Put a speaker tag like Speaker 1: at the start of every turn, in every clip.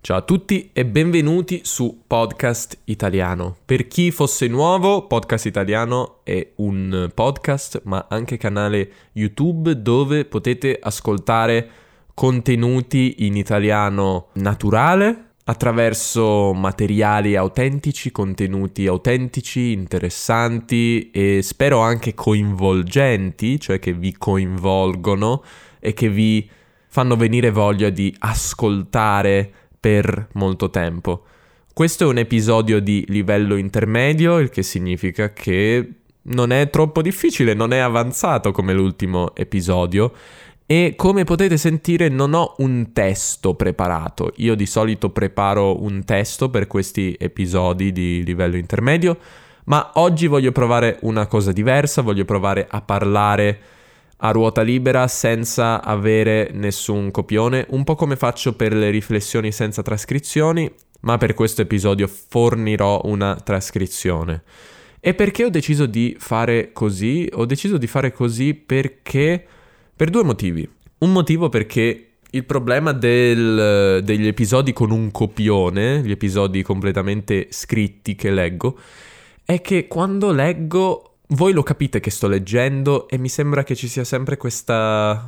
Speaker 1: Ciao a tutti e benvenuti su Podcast Italiano. Per chi fosse nuovo, Podcast Italiano è un podcast ma anche canale YouTube dove potete ascoltare contenuti in italiano naturale attraverso materiali autentici, contenuti autentici, interessanti e spero anche coinvolgenti, cioè che vi coinvolgono e che vi fanno venire voglia di ascoltare per molto tempo. Questo è un episodio di livello intermedio, il che significa che non è troppo difficile, non è avanzato come l'ultimo episodio e come potete sentire non ho un testo preparato. Io di solito preparo un testo per questi episodi di livello intermedio, ma oggi voglio provare una cosa diversa, voglio provare a parlare a ruota libera senza avere nessun copione, un po' come faccio per le riflessioni senza trascrizioni, ma per questo episodio fornirò una trascrizione. E perché ho deciso di fare così? Ho deciso di fare così perché per due motivi. Un motivo perché il problema degli episodi con un copione, gli episodi completamente scritti che leggo, è che quando leggo voi lo capite che sto leggendo e mi sembra che ci sia sempre questa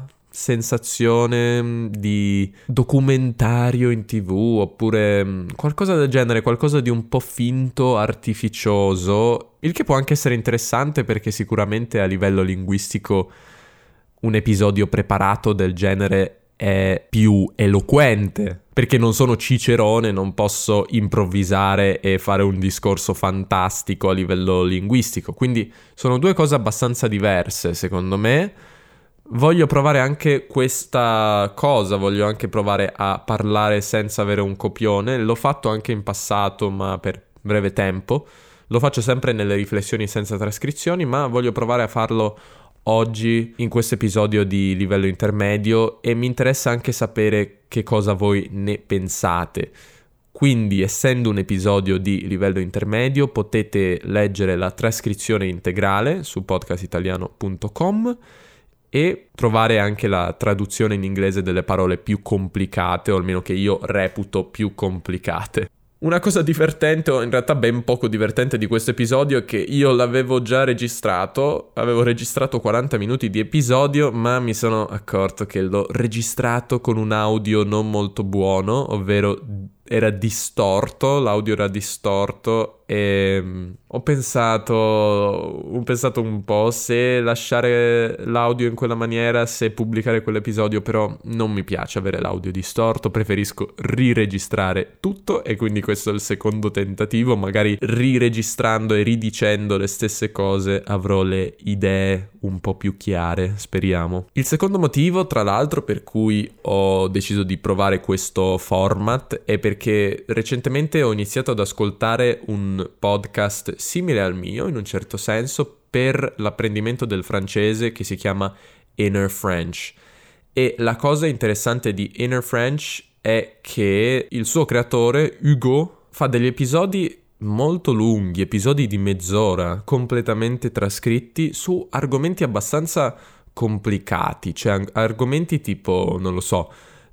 Speaker 1: sensazione di documentario in TV oppure qualcosa del genere, qualcosa di un po' finto, artificioso, il che può anche essere interessante perché sicuramente a livello linguistico un episodio preparato del genere è più eloquente, perché non sono Cicerone, non posso improvvisare e fare un discorso fantastico a livello linguistico, quindi sono due cose abbastanza diverse secondo me. Voglio provare anche questa cosa, voglio anche provare a parlare senza avere un copione, l'ho fatto anche in passato ma per breve tempo, lo faccio sempre nelle riflessioni senza trascrizioni, ma voglio provare a farlo oggi in questo episodio di livello intermedio e mi interessa anche sapere che cosa voi ne pensate. Quindi, essendo un episodio di livello intermedio, potete leggere la trascrizione integrale su podcastitaliano.com e trovare anche la traduzione in inglese delle parole più complicate, o almeno che io reputo più complicate. Una cosa divertente, o in realtà ben poco divertente di questo episodio, è che io l'avevo già registrato, avevo registrato 40 minuti di episodio, ma mi sono accorto che l'ho registrato con un audio non molto buono, ovvero era distorto, l'audio era distorto e ho pensato un po' se lasciare l'audio in quella maniera, se pubblicare quell'episodio, però non mi piace avere l'audio distorto, preferisco riregistrare tutto e quindi questo è il secondo tentativo, magari riregistrando e ridicendo le stesse cose avrò le idee un po' più chiare, speriamo. Il secondo motivo, tra l'altro, per cui ho deciso di provare questo format è perché recentemente ho iniziato ad ascoltare un podcast simile al mio, in un certo senso, per l'apprendimento del francese che si chiama Inner French. E la cosa interessante di Inner French è che il suo creatore, Hugo, fa degli episodi molto lunghi, episodi di mezz'ora, completamente trascritti su argomenti abbastanza complicati, cioè argomenti tipo, non lo so,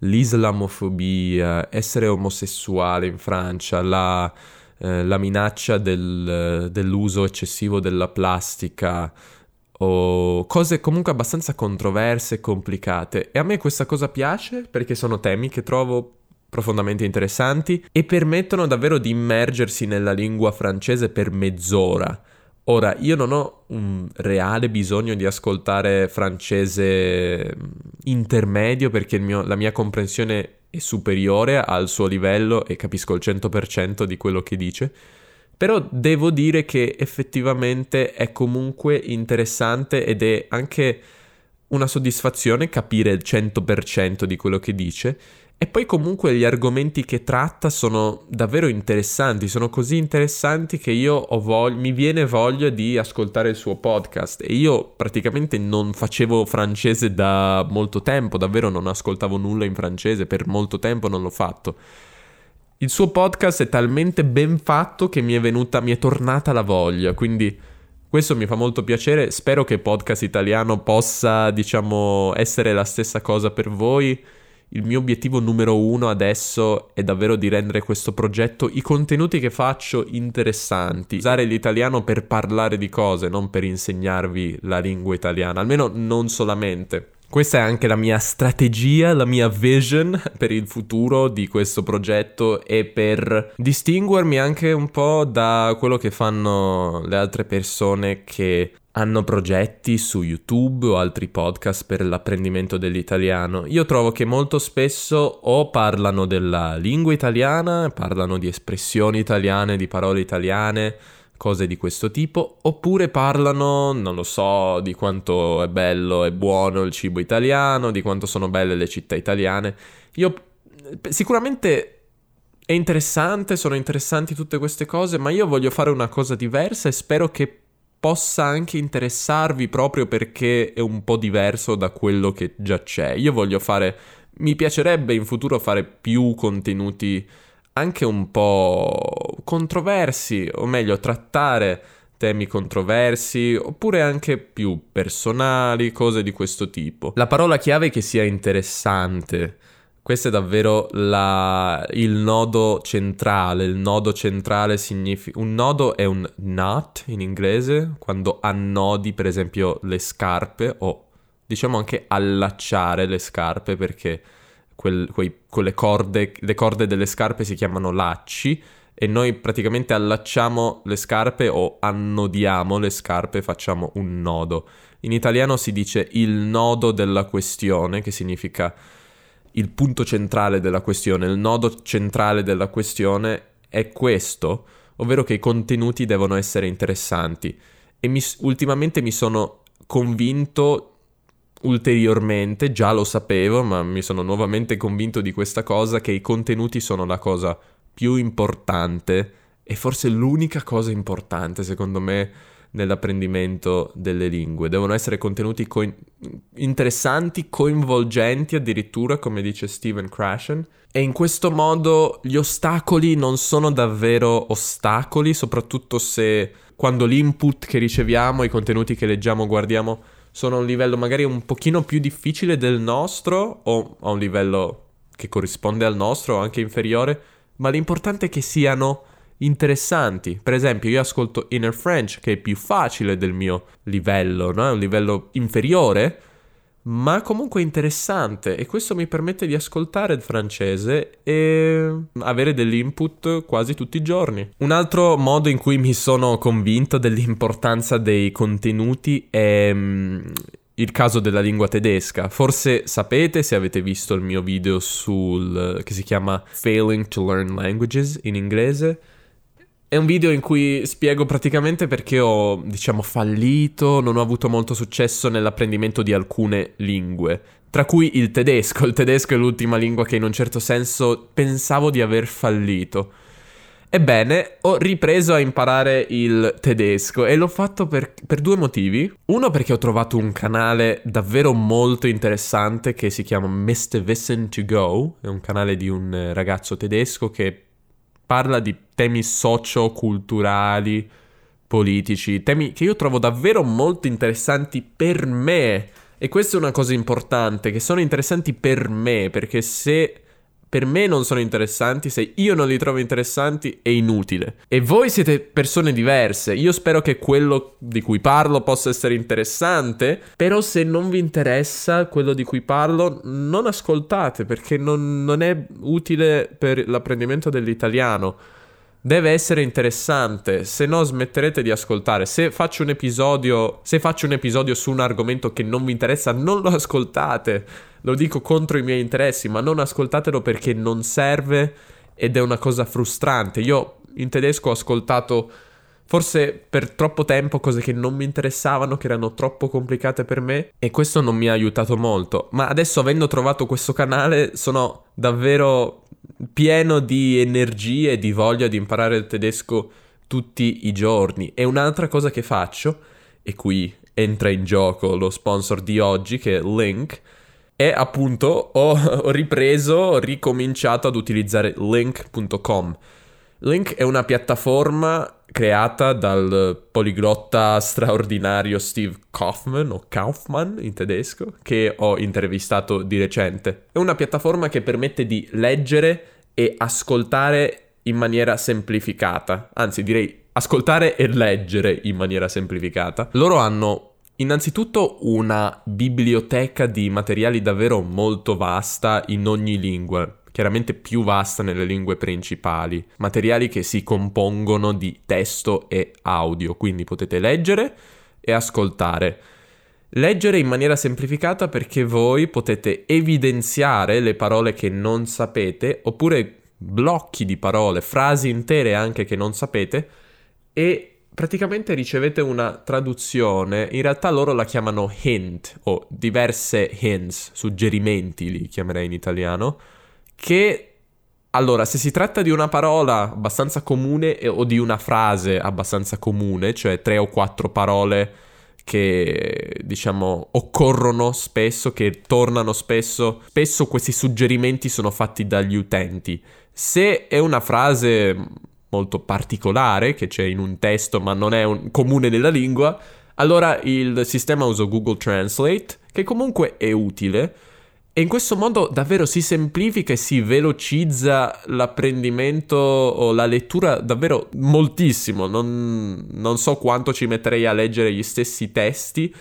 Speaker 1: l'islamofobia, essere omosessuale in Francia, la minaccia dell'uso eccessivo della plastica o cose comunque abbastanza controverse e complicate. E a me questa cosa piace perché sono temi che trovo profondamente interessanti e permettono davvero di immergersi nella lingua francese per mezz'ora. Ora, io non ho un reale bisogno di ascoltare francese intermedio perché la mia comprensione è superiore al suo livello e capisco il 100% di quello che dice, però devo dire che effettivamente è comunque interessante ed è anche una soddisfazione capire il 100% di quello che dice. E poi comunque gli argomenti che tratta sono davvero interessanti, sono così interessanti che mi viene voglia di ascoltare il suo podcast. E io praticamente non facevo francese da molto tempo, davvero non ascoltavo nulla in francese, per molto tempo non l'ho fatto. Il suo podcast è talmente ben fatto che mi è tornata la voglia, quindi questo mi fa molto piacere. Spero che Podcast Italiano possa, essere la stessa cosa per voi. il mio obiettivo numero uno adesso è davvero di rendere questo progetto, i contenuti che faccio, interessanti. Usare l'italiano per parlare di cose, non per insegnarvi la lingua italiana, almeno non solamente. Questa è anche la mia strategia, la mia vision per il futuro di questo progetto e per distinguermi anche un po' da quello che fanno le altre persone che hanno progetti su YouTube o altri podcast per l'apprendimento dell'italiano. Io trovo che molto spesso o parlano della lingua italiana, parlano di espressioni italiane, di parole italiane, cose di questo tipo, oppure parlano, non lo so, di quanto è bello e buono il cibo italiano, di quanto sono belle le città italiane. Sicuramente è interessante, sono interessanti tutte queste cose, ma io voglio fare una cosa diversa e spero che possa anche interessarvi proprio perché è un po' diverso da quello che già c'è. Mi piacerebbe in futuro fare più contenuti anche un po' controversi, o meglio, trattare temi controversi, oppure anche più personali, cose di questo tipo. La parola chiave è che sia interessante. Questo è davvero il nodo centrale. Il nodo centrale significa... Un nodo è un knot in inglese, quando annodi per esempio le scarpe, o diciamo anche allacciare le scarpe, perché le corde delle scarpe si chiamano lacci, e noi praticamente allacciamo le scarpe o annodiamo le scarpe, facciamo un nodo. In italiano si dice il nodo della questione, che significa il punto centrale della questione. Il nodo centrale della questione è questo, ovvero che i contenuti devono essere interessanti. E ultimamente mi sono convinto ulteriormente, già lo sapevo, ma mi sono nuovamente convinto di questa cosa, che i contenuti sono la cosa più importante e forse l'unica cosa importante, secondo me, nell'apprendimento delle lingue. Devono essere contenuti interessanti, coinvolgenti addirittura, come dice Steven Krashen. E in questo modo gli ostacoli non sono davvero ostacoli, soprattutto se quando l'input che riceviamo, i contenuti che leggiamo, guardiamo, sono a un livello magari un pochino più difficile del nostro, o a un livello che corrisponde al nostro, o anche inferiore, ma l'importante è che siano interessanti. Per esempio, io ascolto Inner French, che è più facile del mio livello, no? È un livello inferiore, ma comunque interessante, e questo mi permette di ascoltare il francese e avere dell'input quasi tutti i giorni. Un altro modo in cui mi sono convinto dell'importanza dei contenuti è il caso della lingua tedesca. Forse sapete, se avete visto il mio video che si chiama Failing to Learn Languages in inglese. È un video in cui spiego praticamente perché ho, fallito, non ho avuto molto successo nell'apprendimento di alcune lingue, tra cui il tedesco. Il tedesco è l'ultima lingua che in un certo senso pensavo di aver fallito. Ebbene, ho ripreso a imparare il tedesco e l'ho fatto per due motivi. Uno, perché ho trovato un canale davvero molto interessante che si chiama Mr. Wissen to Go. È un canale di un ragazzo tedesco che parla di temi socio-culturali, politici, temi che io trovo davvero molto interessanti per me. E questa è una cosa importante, che sono interessanti per me, perché se per me non sono interessanti, se io non li trovo interessanti, è inutile. E voi siete persone diverse. Io spero che quello di cui parlo possa essere interessante, però se non vi interessa quello di cui parlo, non ascoltate, perché non è utile per l'apprendimento dell'italiano. Deve essere interessante, se no smetterete di ascoltare. Se faccio un episodio su un argomento che non vi interessa, non lo ascoltate. Lo dico contro i miei interessi, ma non ascoltatelo perché non serve ed è una cosa frustrante. Io in tedesco ho ascoltato forse per troppo tempo cose che non mi interessavano, che erano troppo complicate per me, e questo non mi ha aiutato molto. Ma adesso, avendo trovato questo canale, sono davvero pieno di energie e di voglia di imparare il tedesco tutti i giorni. E un'altra cosa che faccio, e qui entra in gioco lo sponsor di oggi, che è Link, è appunto ho ricominciato ad utilizzare link.com. Link è una piattaforma creata dal poliglotta straordinario Steve Kaufmann, o Kaufman in tedesco, che ho intervistato di recente. È una piattaforma che permette di leggere e ascoltare in maniera semplificata, anzi direi ascoltare e leggere in maniera semplificata. Loro hanno innanzitutto una biblioteca di materiali davvero molto vasta in ogni lingua, chiaramente più vasta nelle lingue principali, materiali che si compongono di testo e audio, quindi potete leggere e ascoltare. Leggere in maniera semplificata perché voi potete evidenziare le parole che non sapete, oppure blocchi di parole, frasi intere anche che non sapete, e praticamente ricevete una traduzione. In realtà loro la chiamano hint o diverse hints, suggerimenti li chiamerei in italiano, che allora se si tratta di una parola abbastanza comune o di una frase abbastanza comune, cioè 3 o 4 parole che diciamo occorrono spesso, che tornano spesso questi suggerimenti sono fatti dagli utenti. Se è una frase molto particolare che c'è in un testo ma non è comune nella lingua, allora il sistema usa Google Translate, che comunque è utile, e in questo modo davvero si semplifica e si velocizza l'apprendimento o la lettura davvero moltissimo. Non so quanto ci metterei a leggere gli stessi testi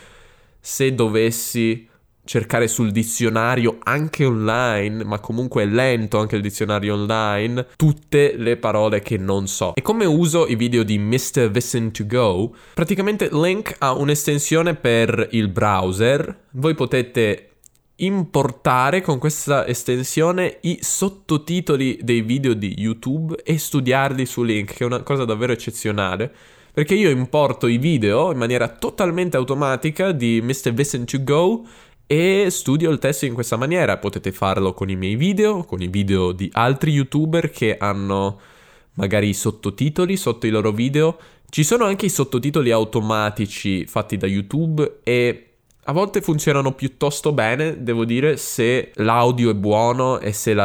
Speaker 1: se dovessi cercare sul dizionario anche online, ma comunque è lento anche il dizionario online, tutte le parole che non so. E come uso i video di Mr. Listen2Go? Praticamente Link ha un'estensione per il browser. Voi potete importare con questa estensione i sottotitoli dei video di YouTube e studiarli su Link, che è una cosa davvero eccezionale. Perché io importo i video in maniera totalmente automatica di Mr. Listen2Go e studio il testo in questa maniera. Potete farlo con i miei video, con i video di altri YouTuber che hanno magari i sottotitoli sotto i loro video. Ci sono anche i sottotitoli automatici fatti da YouTube e a volte funzionano piuttosto bene, devo dire, se l'audio è buono e se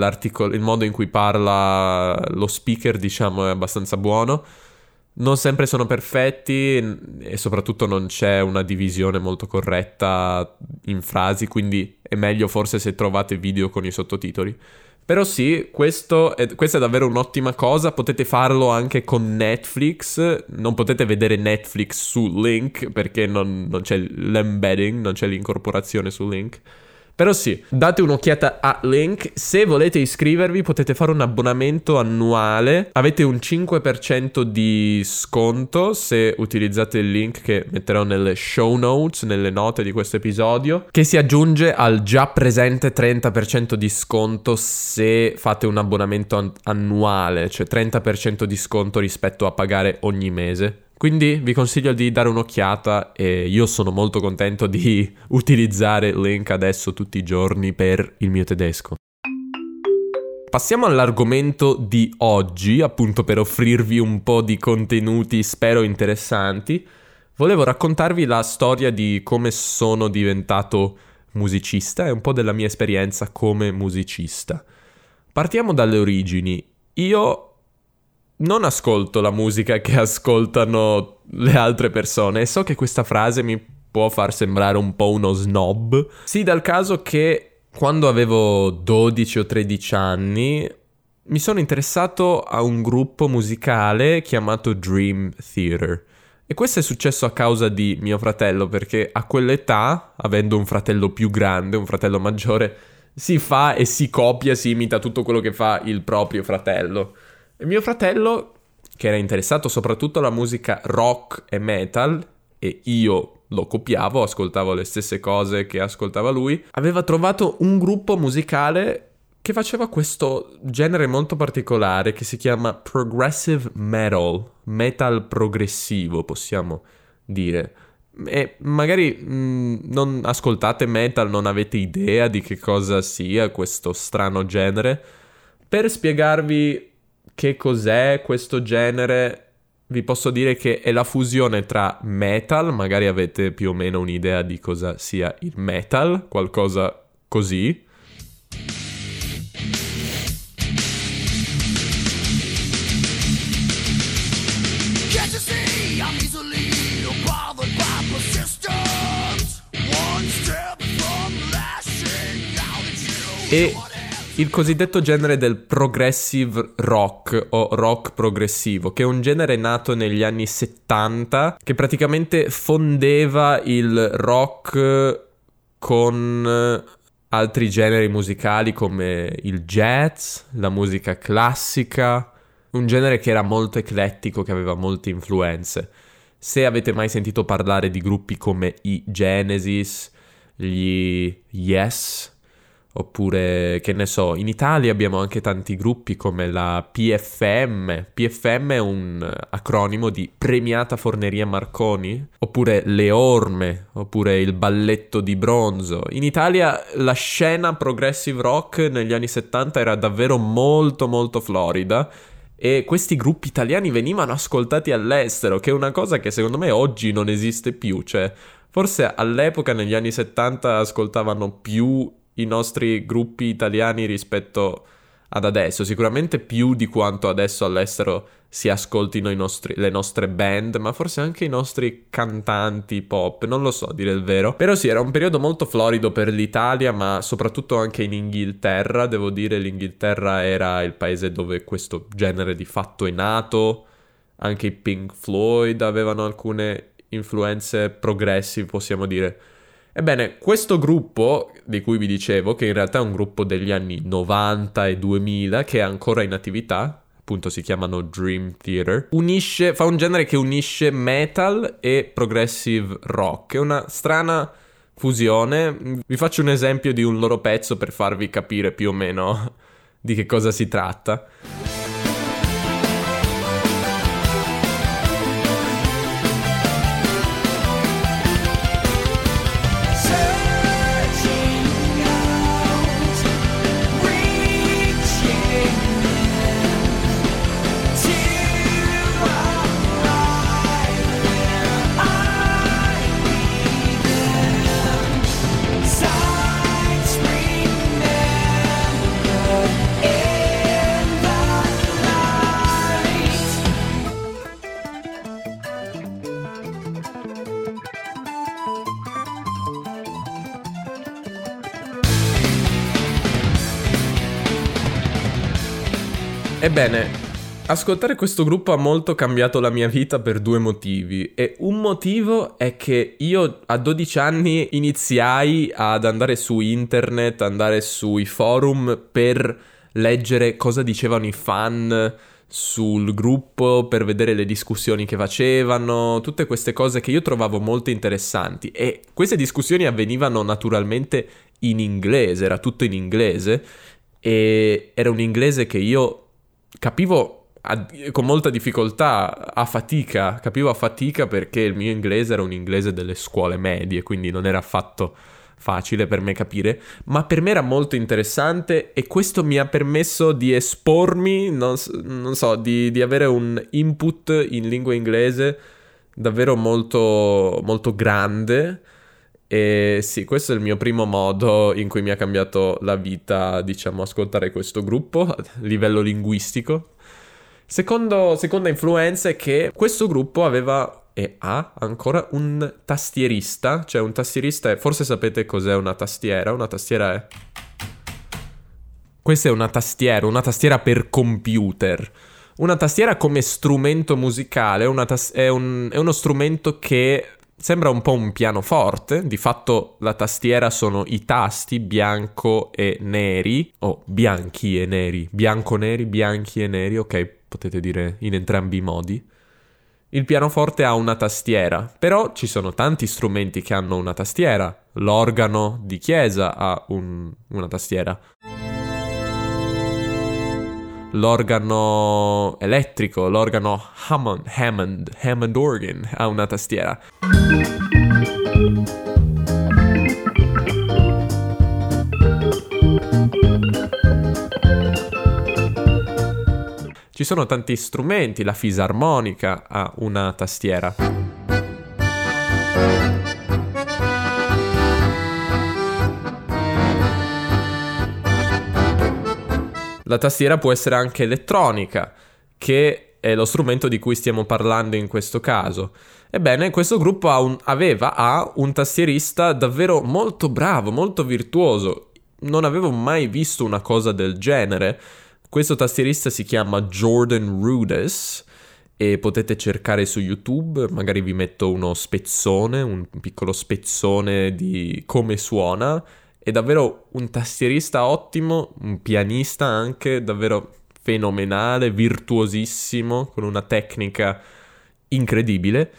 Speaker 1: il modo in cui parla lo speaker, diciamo, è abbastanza buono. Non sempre sono perfetti e soprattutto non c'è una divisione molto corretta in frasi, quindi è meglio forse se trovate video con i sottotitoli. Però sì, questa è davvero un'ottima cosa. Potete farlo anche con Netflix. Non potete vedere Netflix su Link perché non c'è l'embedding, non c'è l'incorporazione su Link. Però sì, date un'occhiata a Link. Se volete iscrivervi potete fare un abbonamento annuale. Avete un 5% di sconto se utilizzate il link che metterò nelle show notes, nelle note di questo episodio, che si aggiunge al già presente 30% di sconto se fate un abbonamento annuale, cioè 30% di sconto rispetto a pagare ogni mese. Quindi vi consiglio di dare un'occhiata e io sono molto contento di utilizzare Link adesso tutti i giorni per il mio tedesco. Passiamo all'argomento di oggi, appunto per offrirvi un po' di contenuti spero interessanti. Volevo raccontarvi la storia di come sono diventato musicista e un po' della mia esperienza come musicista. Partiamo dalle origini. Io non ascolto la musica che ascoltano le altre persone e so che questa frase mi può far sembrare un po' uno snob. Sì, dal caso che quando avevo 12 o 13 anni mi sono interessato a un gruppo musicale chiamato Dream Theater. E questo è successo a causa di mio fratello, perché a quell'età, avendo un fratello più grande, un fratello maggiore, si fa e si copia, si imita tutto quello che fa il proprio fratello. E mio fratello, che era interessato soprattutto alla musica rock e metal, e io lo copiavo, ascoltavo le stesse cose che ascoltava lui, aveva trovato un gruppo musicale che faceva questo genere molto particolare che si chiama progressive metal progressivo, possiamo dire. E magari non ascoltate metal, non avete idea di che cosa sia questo strano genere. Per spiegarvi che cos'è questo genere, vi posso dire che è la fusione tra metal, magari avete più o meno un'idea di cosa sia il metal, qualcosa così. e il cosiddetto genere del progressive rock o rock progressivo, che è un genere nato negli anni 70 che praticamente fondeva il rock con altri generi musicali come il jazz, la musica classica, un genere che era molto eclettico, che aveva molte influenze. Se avete mai sentito parlare di gruppi come i Genesis, gli Yes, oppure, che ne so, in Italia abbiamo anche tanti gruppi come la PFM. PFM è un acronimo di Premiata Forneria Marconi, oppure Le Orme, oppure il Balletto di Bronzo. In Italia la scena progressive rock negli anni 70 era davvero molto molto florida e questi gruppi italiani venivano ascoltati all'estero, che è una cosa che secondo me oggi non esiste più. Cioè, forse all'epoca negli anni 70 ascoltavano più i nostri gruppi italiani rispetto ad adesso, sicuramente più di quanto adesso all'estero si ascoltino le nostre band, ma forse anche i nostri cantanti pop, non lo so, a dire il vero. Però sì, era un periodo molto florido per l'Italia, ma soprattutto anche in Inghilterra. Devo dire, l'Inghilterra era il paese dove questo genere di fatto è nato. Anche i Pink Floyd avevano alcune influenze progressive, possiamo dire. Ebbene, questo gruppo di cui vi dicevo, che in realtà è un gruppo degli anni 90 e 2000, che è ancora in attività, appunto si chiamano Dream Theater, fa un genere che unisce metal e progressive rock. È una strana fusione. Vi faccio un esempio di un loro pezzo per farvi capire più o meno di che cosa si tratta. Ebbene, ascoltare questo gruppo ha molto cambiato la mia vita per due motivi. E un motivo è che io a 12 anni iniziai ad andare su internet, andare sui forum per leggere cosa dicevano i fan sul gruppo, per vedere le discussioni che facevano, tutte queste cose che io trovavo molto interessanti. E queste discussioni avvenivano naturalmente in inglese, era tutto in inglese, e era un inglese che io capivo con molta difficoltà, capivo a fatica perché il mio inglese era un inglese delle scuole medie, quindi non era affatto facile per me capire, ma per me era molto interessante e questo mi ha permesso di espormi, non so, di avere un input in lingua inglese davvero molto, molto grande. E sì, questo è il mio primo modo in cui mi ha cambiato la vita, diciamo, ascoltare questo gruppo a livello linguistico. Seconda influenza è che questo gruppo aveva e ha ancora un tastierista, cioè un tastierista, forse sapete cos'è una tastiera? Una tastiera è... Questa è una tastiera per computer. Una tastiera come strumento musicale è uno strumento che sembra un po' un pianoforte. Di fatto la tastiera sono i tasti bianco e neri, o bianchi e neri, bianco-neri, bianchi e neri, ok, potete dire in entrambi i modi. Il pianoforte ha una tastiera, però ci sono tanti strumenti che hanno una tastiera. L'organo di chiesa ha una tastiera. L'organo elettrico, l'organo Hammond organ ha una tastiera. Ci sono tanti strumenti, la fisarmonica ha una tastiera. La tastiera può essere anche elettronica, che è lo strumento di cui stiamo parlando in questo caso. Ebbene, questo gruppo ha un tastierista davvero molto bravo, molto virtuoso. non avevo mai visto una cosa del genere. Questo tastierista si chiama Jordan Rudess e potete cercare su YouTube, magari vi metto un piccolo spezzone di come suona. È davvero un tastierista ottimo, un pianista anche davvero fenomenale, virtuosissimo, con una tecnica incredibile.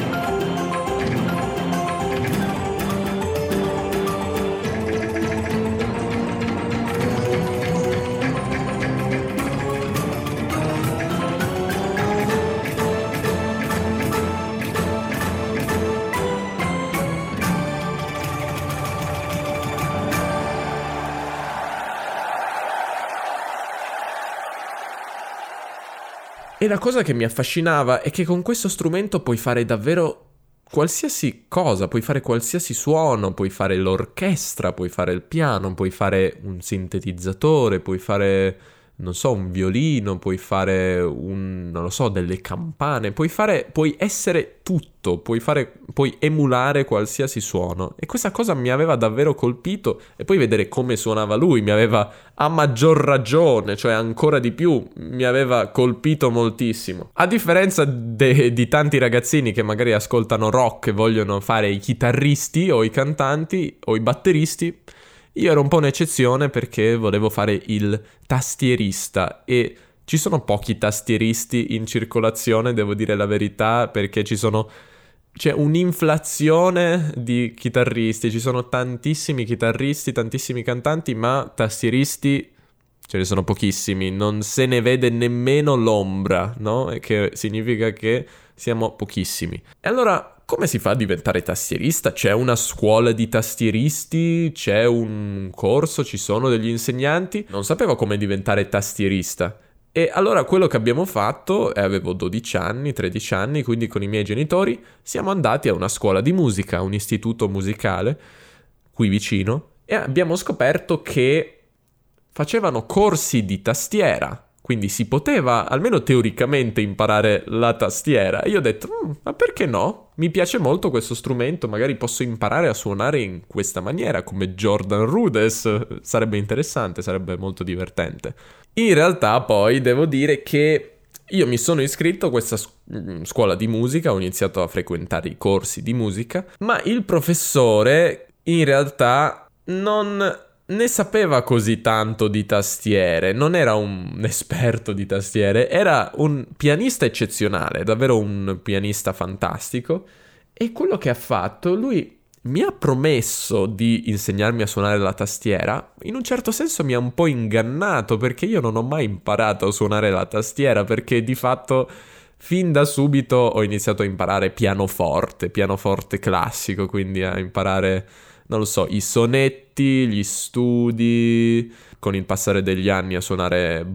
Speaker 1: E la cosa che mi affascinava è che con questo strumento puoi fare davvero qualsiasi cosa, puoi fare qualsiasi suono, puoi fare l'orchestra, puoi fare il piano, puoi fare un sintetizzatore, puoi fare, non so, un violino, puoi fare non lo so, delle campane, puoi essere tutto, puoi emulare qualsiasi suono. E questa cosa mi aveva davvero colpito, e poi vedere come suonava lui mi aveva a maggior ragione, cioè ancora di più, mi aveva colpito moltissimo. A differenza di tanti ragazzini che magari ascoltano rock e vogliono fare i chitarristi o i cantanti o i batteristi, io ero un po' un'eccezione perché volevo fare il tastierista e ci sono pochi tastieristi in circolazione, devo dire la verità, perché c'è un'inflazione di chitarristi, ci sono tantissimi chitarristi, tantissimi cantanti, ma tastieristi ce ne sono pochissimi, non se ne vede nemmeno l'ombra, no? E che significa che siamo pochissimi. E allora, come si fa a diventare tastierista? C'è una scuola di tastieristi? C'è un corso? Ci sono degli insegnanti? Non sapevo come diventare tastierista. E allora quello che abbiamo fatto, avevo 12 anni, 13 anni, quindi con i miei genitori siamo andati a una scuola di musica, un istituto musicale, qui vicino, e abbiamo scoperto che facevano corsi di tastiera, quindi si poteva almeno teoricamente imparare la tastiera. E io ho detto, ma perché no? Mi piace molto questo strumento, magari posso imparare a suonare in questa maniera, come Jordan Rudess, sarebbe interessante, sarebbe molto divertente. In realtà poi devo dire che io mi sono iscritto a questa scuola di musica, ho iniziato a frequentare i corsi di musica, ma il professore in realtà non ne sapeva così tanto di tastiere, non era un esperto di tastiere, era un pianista eccezionale, davvero un pianista fantastico, e quello che ha fatto, lui mi ha promesso di insegnarmi a suonare la tastiera. In un certo senso mi ha un po' ingannato, perché io non ho mai imparato a suonare la tastiera, perché di fatto fin da subito ho iniziato a imparare pianoforte classico, quindi a imparare, non lo so, i sonetti, gli studi, con il passare degli anni a suonare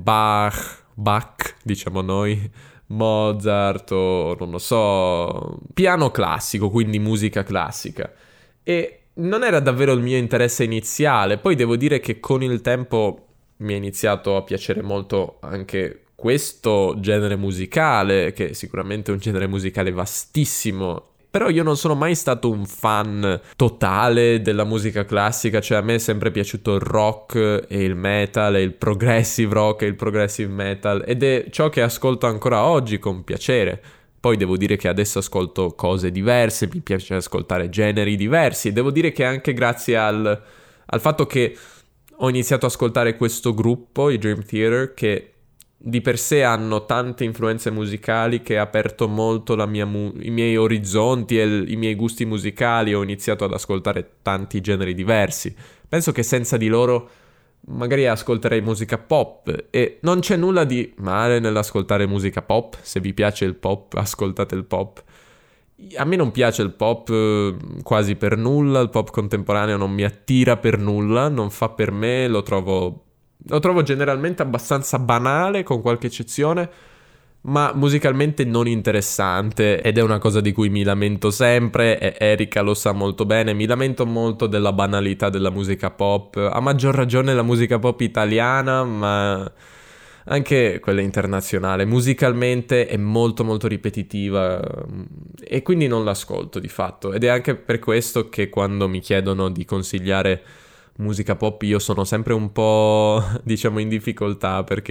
Speaker 1: Bach, diciamo noi, Mozart o non lo so, piano classico, quindi musica classica. E non era davvero il mio interesse iniziale, poi devo dire che con il tempo mi è iniziato a piacere molto anche questo genere musicale, che sicuramente è un genere musicale vastissimo. Però io non sono mai stato un fan totale della musica classica, cioè a me è sempre piaciuto il rock e il metal e il progressive rock e il progressive metal, ed è ciò che ascolto ancora oggi con piacere. Poi devo dire che adesso ascolto cose diverse, mi piace ascoltare generi diversi, e devo dire che anche grazie al fatto che ho iniziato ad ascoltare questo gruppo, i Dream Theater, che di per sé hanno tante influenze musicali, che ha aperto molto i miei orizzonti e i miei gusti musicali. Ho iniziato ad ascoltare tanti generi diversi. Penso che senza di loro magari ascolterei musica pop, e non c'è nulla di male nell'ascoltare musica pop. Se vi piace il pop, ascoltate il pop. A me non piace il pop quasi per nulla, il pop contemporaneo non mi attira per nulla, non fa per me, lo trovo generalmente abbastanza banale, con qualche eccezione, ma musicalmente non interessante, ed è una cosa di cui mi lamento sempre, e Erika lo sa molto bene. Mi lamento molto della banalità della musica pop, a maggior ragione la musica pop italiana, ma anche quella internazionale. Musicalmente è molto molto ripetitiva, e quindi non l'ascolto di fatto, ed è anche per questo che quando mi chiedono di consigliare musica pop io sono sempre un po', diciamo, in difficoltà perché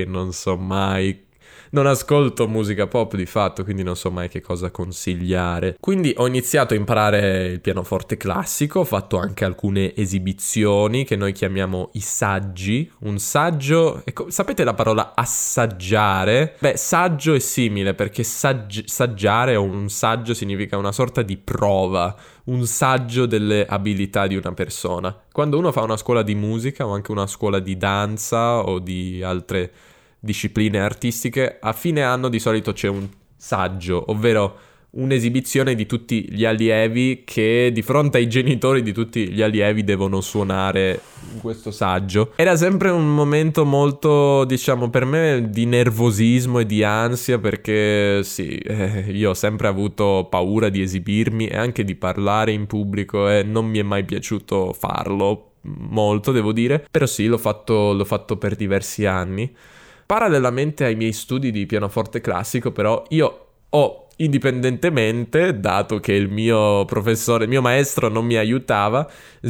Speaker 1: non ascolto musica pop di fatto, quindi non so mai che cosa consigliare. Quindi ho iniziato a imparare il pianoforte classico, ho fatto anche alcune esibizioni che noi chiamiamo i saggi. Un saggio, sapete la parola assaggiare? Beh, saggio è simile perché saggiare o un saggio significa una sorta di prova, un saggio delle abilità di una persona. Quando uno fa una scuola di musica o anche una scuola di danza o di altre discipline artistiche, a fine anno di solito c'è un saggio, ovvero un'esibizione di tutti gli allievi che di fronte ai genitori di tutti gli allievi devono suonare questo saggio. Era sempre un momento molto, diciamo, per me di nervosismo e di ansia perché sì, io ho sempre avuto paura di esibirmi e anche di parlare in pubblico e non mi è mai piaciuto farlo molto, devo dire, però sì, l'ho fatto per diversi anni. Parallelamente ai miei studi di pianoforte classico, però, io ho indipendentemente, dato che il mio professore, il mio maestro non mi aiutava,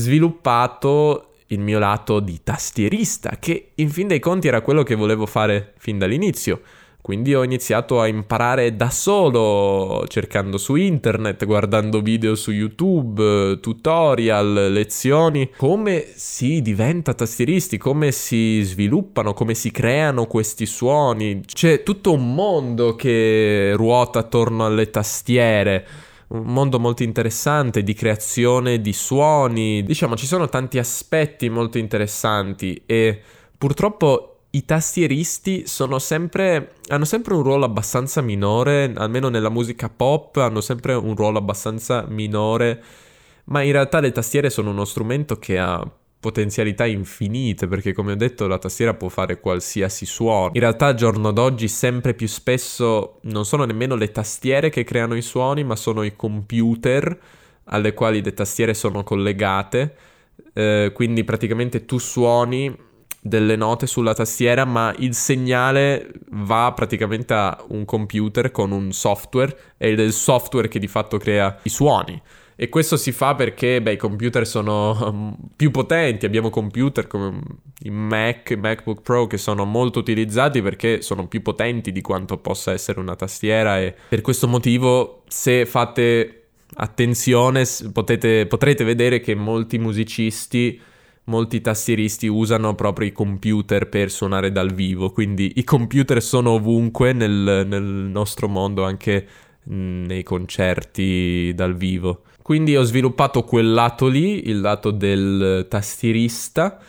Speaker 1: sviluppato il mio lato di tastierista, che in fin dei conti era quello che volevo fare fin dall'inizio. Quindi ho iniziato a imparare da solo, cercando su internet, guardando video su YouTube, tutorial, lezioni, come si diventa tastieristi, come si sviluppano, come si creano questi suoni. C'è tutto un mondo che ruota attorno alle tastiere. Un mondo molto interessante di creazione di suoni. Diciamo, ci sono tanti aspetti molto interessanti e purtroppo i tastieristi hanno sempre un ruolo abbastanza minore, almeno nella musica pop hanno sempre un ruolo abbastanza minore, ma in realtà le tastiere sono uno strumento che ha potenzialità infinite, perché come ho detto la tastiera può fare qualsiasi suono. In realtà al giorno d'oggi sempre più spesso non sono nemmeno le tastiere che creano i suoni, ma sono i computer alle quali le tastiere sono collegate, quindi praticamente tu suoni delle note sulla tastiera, ma il segnale va praticamente a un computer con un software ed è il software che di fatto crea i suoni. E questo si fa perché i computer sono più potenti, abbiamo computer come i MacBook Pro che sono molto utilizzati perché sono più potenti di quanto possa essere una tastiera, e per questo motivo, se fate attenzione, potrete vedere che molti musicisti, molti tastieristi usano proprio i computer per suonare dal vivo, quindi i computer sono ovunque nel nostro mondo, anche nei concerti dal vivo. Quindi ho sviluppato quel lato lì, il lato del tastierista,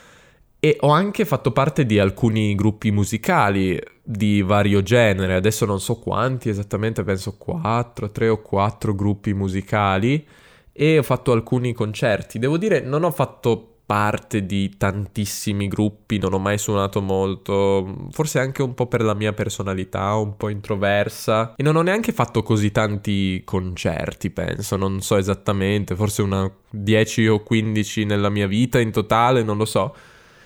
Speaker 1: e ho anche fatto parte di alcuni gruppi musicali di vario genere. Adesso non so quanti esattamente, penso 3 o 4 gruppi musicali, e ho fatto alcuni concerti. Devo dire, non ho fatto parte di tantissimi gruppi, non ho mai suonato molto, forse anche un po' per la mia personalità un po' introversa, e non ho neanche fatto così tanti concerti, penso, non so esattamente, forse una 10 o 15 nella mia vita in totale, non lo so.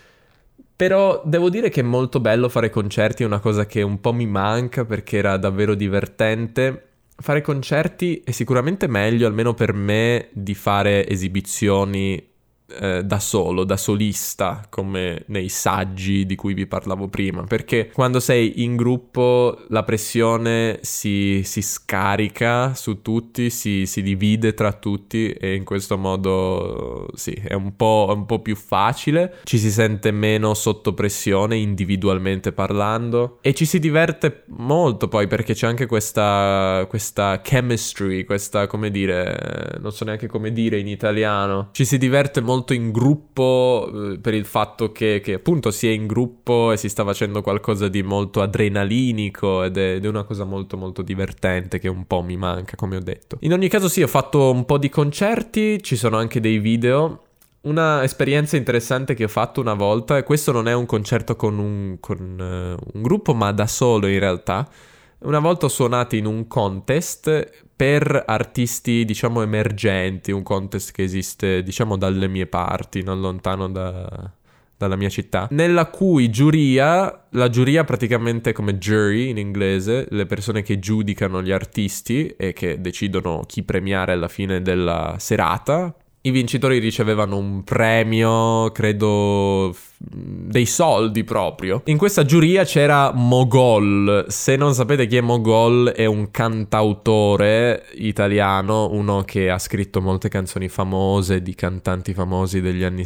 Speaker 1: Però devo dire che è molto bello fare concerti, è una cosa che un po' mi manca perché era davvero divertente. Fare concerti è sicuramente meglio, almeno per me, di fare esibizioni da solo, da solista, come nei saggi di cui vi parlavo prima, perché quando sei in gruppo la pressione si scarica su tutti, si divide tra tutti, e in questo modo sì, è un po' più facile, ci si sente meno sotto pressione individualmente parlando, e ci si diverte molto poi perché c'è anche questa chemistry, questa, come dire, non so neanche come dire in italiano, ci si diverte molto in gruppo, per il fatto che appunto si è in gruppo e si sta facendo qualcosa di molto adrenalinico, ed è una cosa molto molto divertente che un po' mi manca, come ho detto. In ogni caso sì, ho fatto un po' di concerti, ci sono anche dei video. Una esperienza interessante che ho fatto una volta, e questo non è un concerto con un gruppo, ma da solo in realtà. Una volta ho suonato in un contest per artisti, diciamo, emergenti, un contest che esiste, diciamo, dalle mie parti, non lontano dalla mia città, nella cui la giuria praticamente come jury in inglese, le persone che giudicano gli artisti e che decidono chi premiare alla fine della serata, I vincitori ricevevano un premio, credo dei soldi proprio. In questa giuria c'era Mogol. Se non sapete chi è Mogol, è un cantautore italiano, uno che ha scritto molte canzoni famose di cantanti famosi degli anni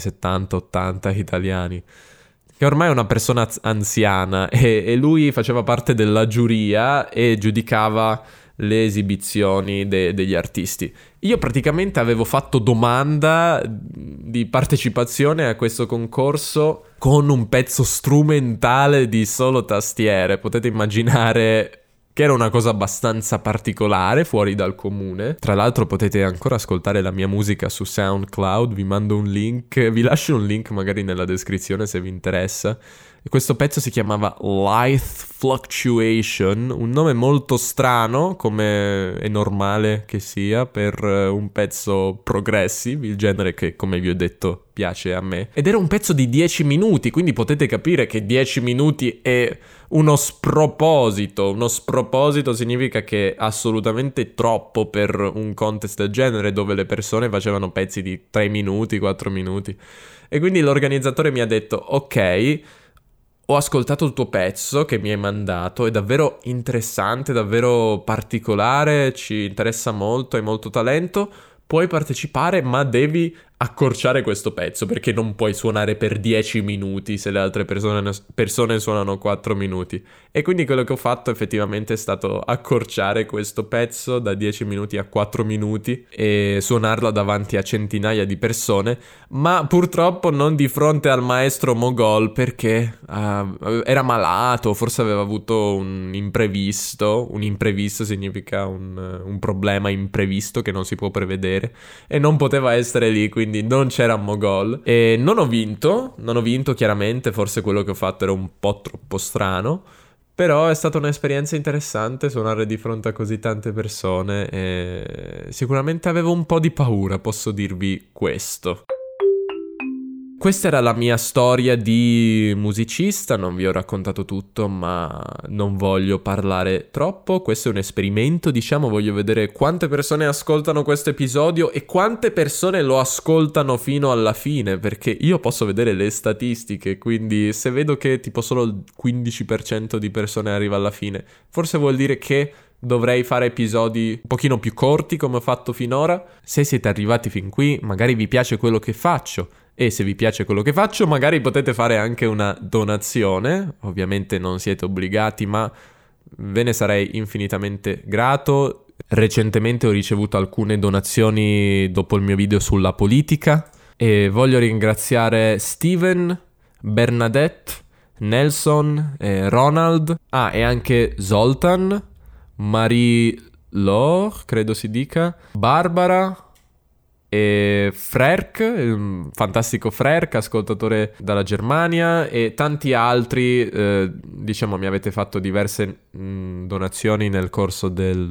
Speaker 1: 70-80 italiani, che ormai è una persona anziana, e lui faceva parte della giuria e giudicava le esibizioni degli artisti. Io praticamente avevo fatto domanda di partecipazione a questo concorso con un pezzo strumentale di solo tastiere. Potete immaginare che era una cosa abbastanza particolare, fuori dal comune. Tra l'altro potete ancora ascoltare la mia musica su SoundCloud, vi mando un link, vi lascio un link magari nella descrizione se vi interessa. E questo pezzo si chiamava Lithe Fluctuation, un nome molto strano, come è normale che sia per un pezzo progressive, il genere che, come vi ho detto, piace a me. Ed era un pezzo di 10 minuti, quindi potete capire che 10 minuti è uno sproposito. Uno sproposito significa che è assolutamente troppo per un contest del genere, dove le persone facevano pezzi di 3 minuti, 4 minuti. E quindi l'organizzatore mi ha detto: ok, ho ascoltato il tuo pezzo che mi hai mandato, è davvero interessante, davvero particolare, ci interessa molto, hai molto talento, puoi partecipare, ma devi accorciare questo pezzo, perché non puoi suonare per 10 minuti se le altre persone suonano 4 minuti. E quindi quello che ho fatto effettivamente è stato accorciare questo pezzo da 10 minuti a 4 minuti e suonarla davanti a centinaia di persone, ma purtroppo non di fronte al maestro Mogol, perché era malato, forse aveva avuto un imprevisto. Un imprevisto significa un problema imprevisto che non si può prevedere, e non poteva essere lì, quindi non c'era Mogol. E non ho vinto chiaramente, forse quello che ho fatto era un po' troppo strano, però è stata un'esperienza interessante suonare di fronte a così tante persone, e sicuramente avevo un po' di paura, posso dirvi questo. Questa era la mia storia di musicista, non vi ho raccontato tutto, ma non voglio parlare troppo. Questo è un esperimento, diciamo, voglio vedere quante persone ascoltano questo episodio e quante persone lo ascoltano fino alla fine, perché io posso vedere le statistiche, quindi se vedo che tipo solo il 15% di persone arriva alla fine, forse vuol dire che dovrei fare episodi un pochino più corti come ho fatto finora. Se siete arrivati fin qui, magari vi piace quello che faccio. E se vi piace quello che faccio, magari potete fare anche una donazione. Ovviamente non siete obbligati, ma ve ne sarei infinitamente grato. Recentemente ho ricevuto alcune donazioni dopo il mio video sulla politica, e voglio ringraziare Steven, Bernadette, Nelson, Ronald, e anche Zoltan, Marie-Laure, credo si dica, Barbara e Frerk, il fantastico Frerk, ascoltatore dalla Germania, e tanti altri. Diciamo, mi avete fatto diverse donazioni nel corso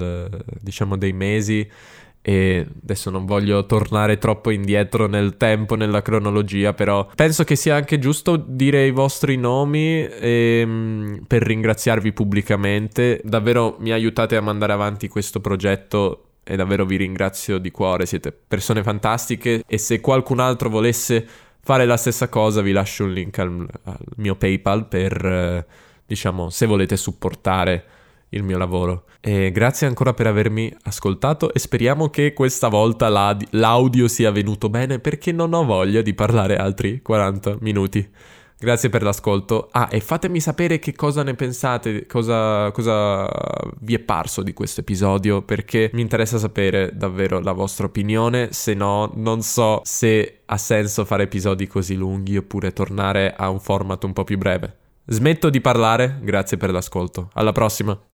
Speaker 1: dei mesi, e adesso non voglio tornare troppo indietro nel tempo, nella cronologia, però penso che sia anche giusto dire i vostri nomi per ringraziarvi pubblicamente. Davvero mi aiutate a mandare avanti questo progetto e davvero vi ringrazio di cuore, siete persone fantastiche, e se qualcun altro volesse fare la stessa cosa vi lascio un link al mio PayPal per, diciamo, se volete supportare il mio lavoro. E grazie ancora per avermi ascoltato, e speriamo che questa volta l'audio sia venuto bene, perché non ho voglia di parlare altri 40 minuti. Grazie per l'ascolto. E fatemi sapere che cosa ne pensate, cosa vi è parso di questo episodio, perché mi interessa sapere davvero la vostra opinione. Se no, non so se ha senso fare episodi così lunghi oppure tornare a un format un po' più breve. Smetto di parlare, grazie per l'ascolto. Alla prossima!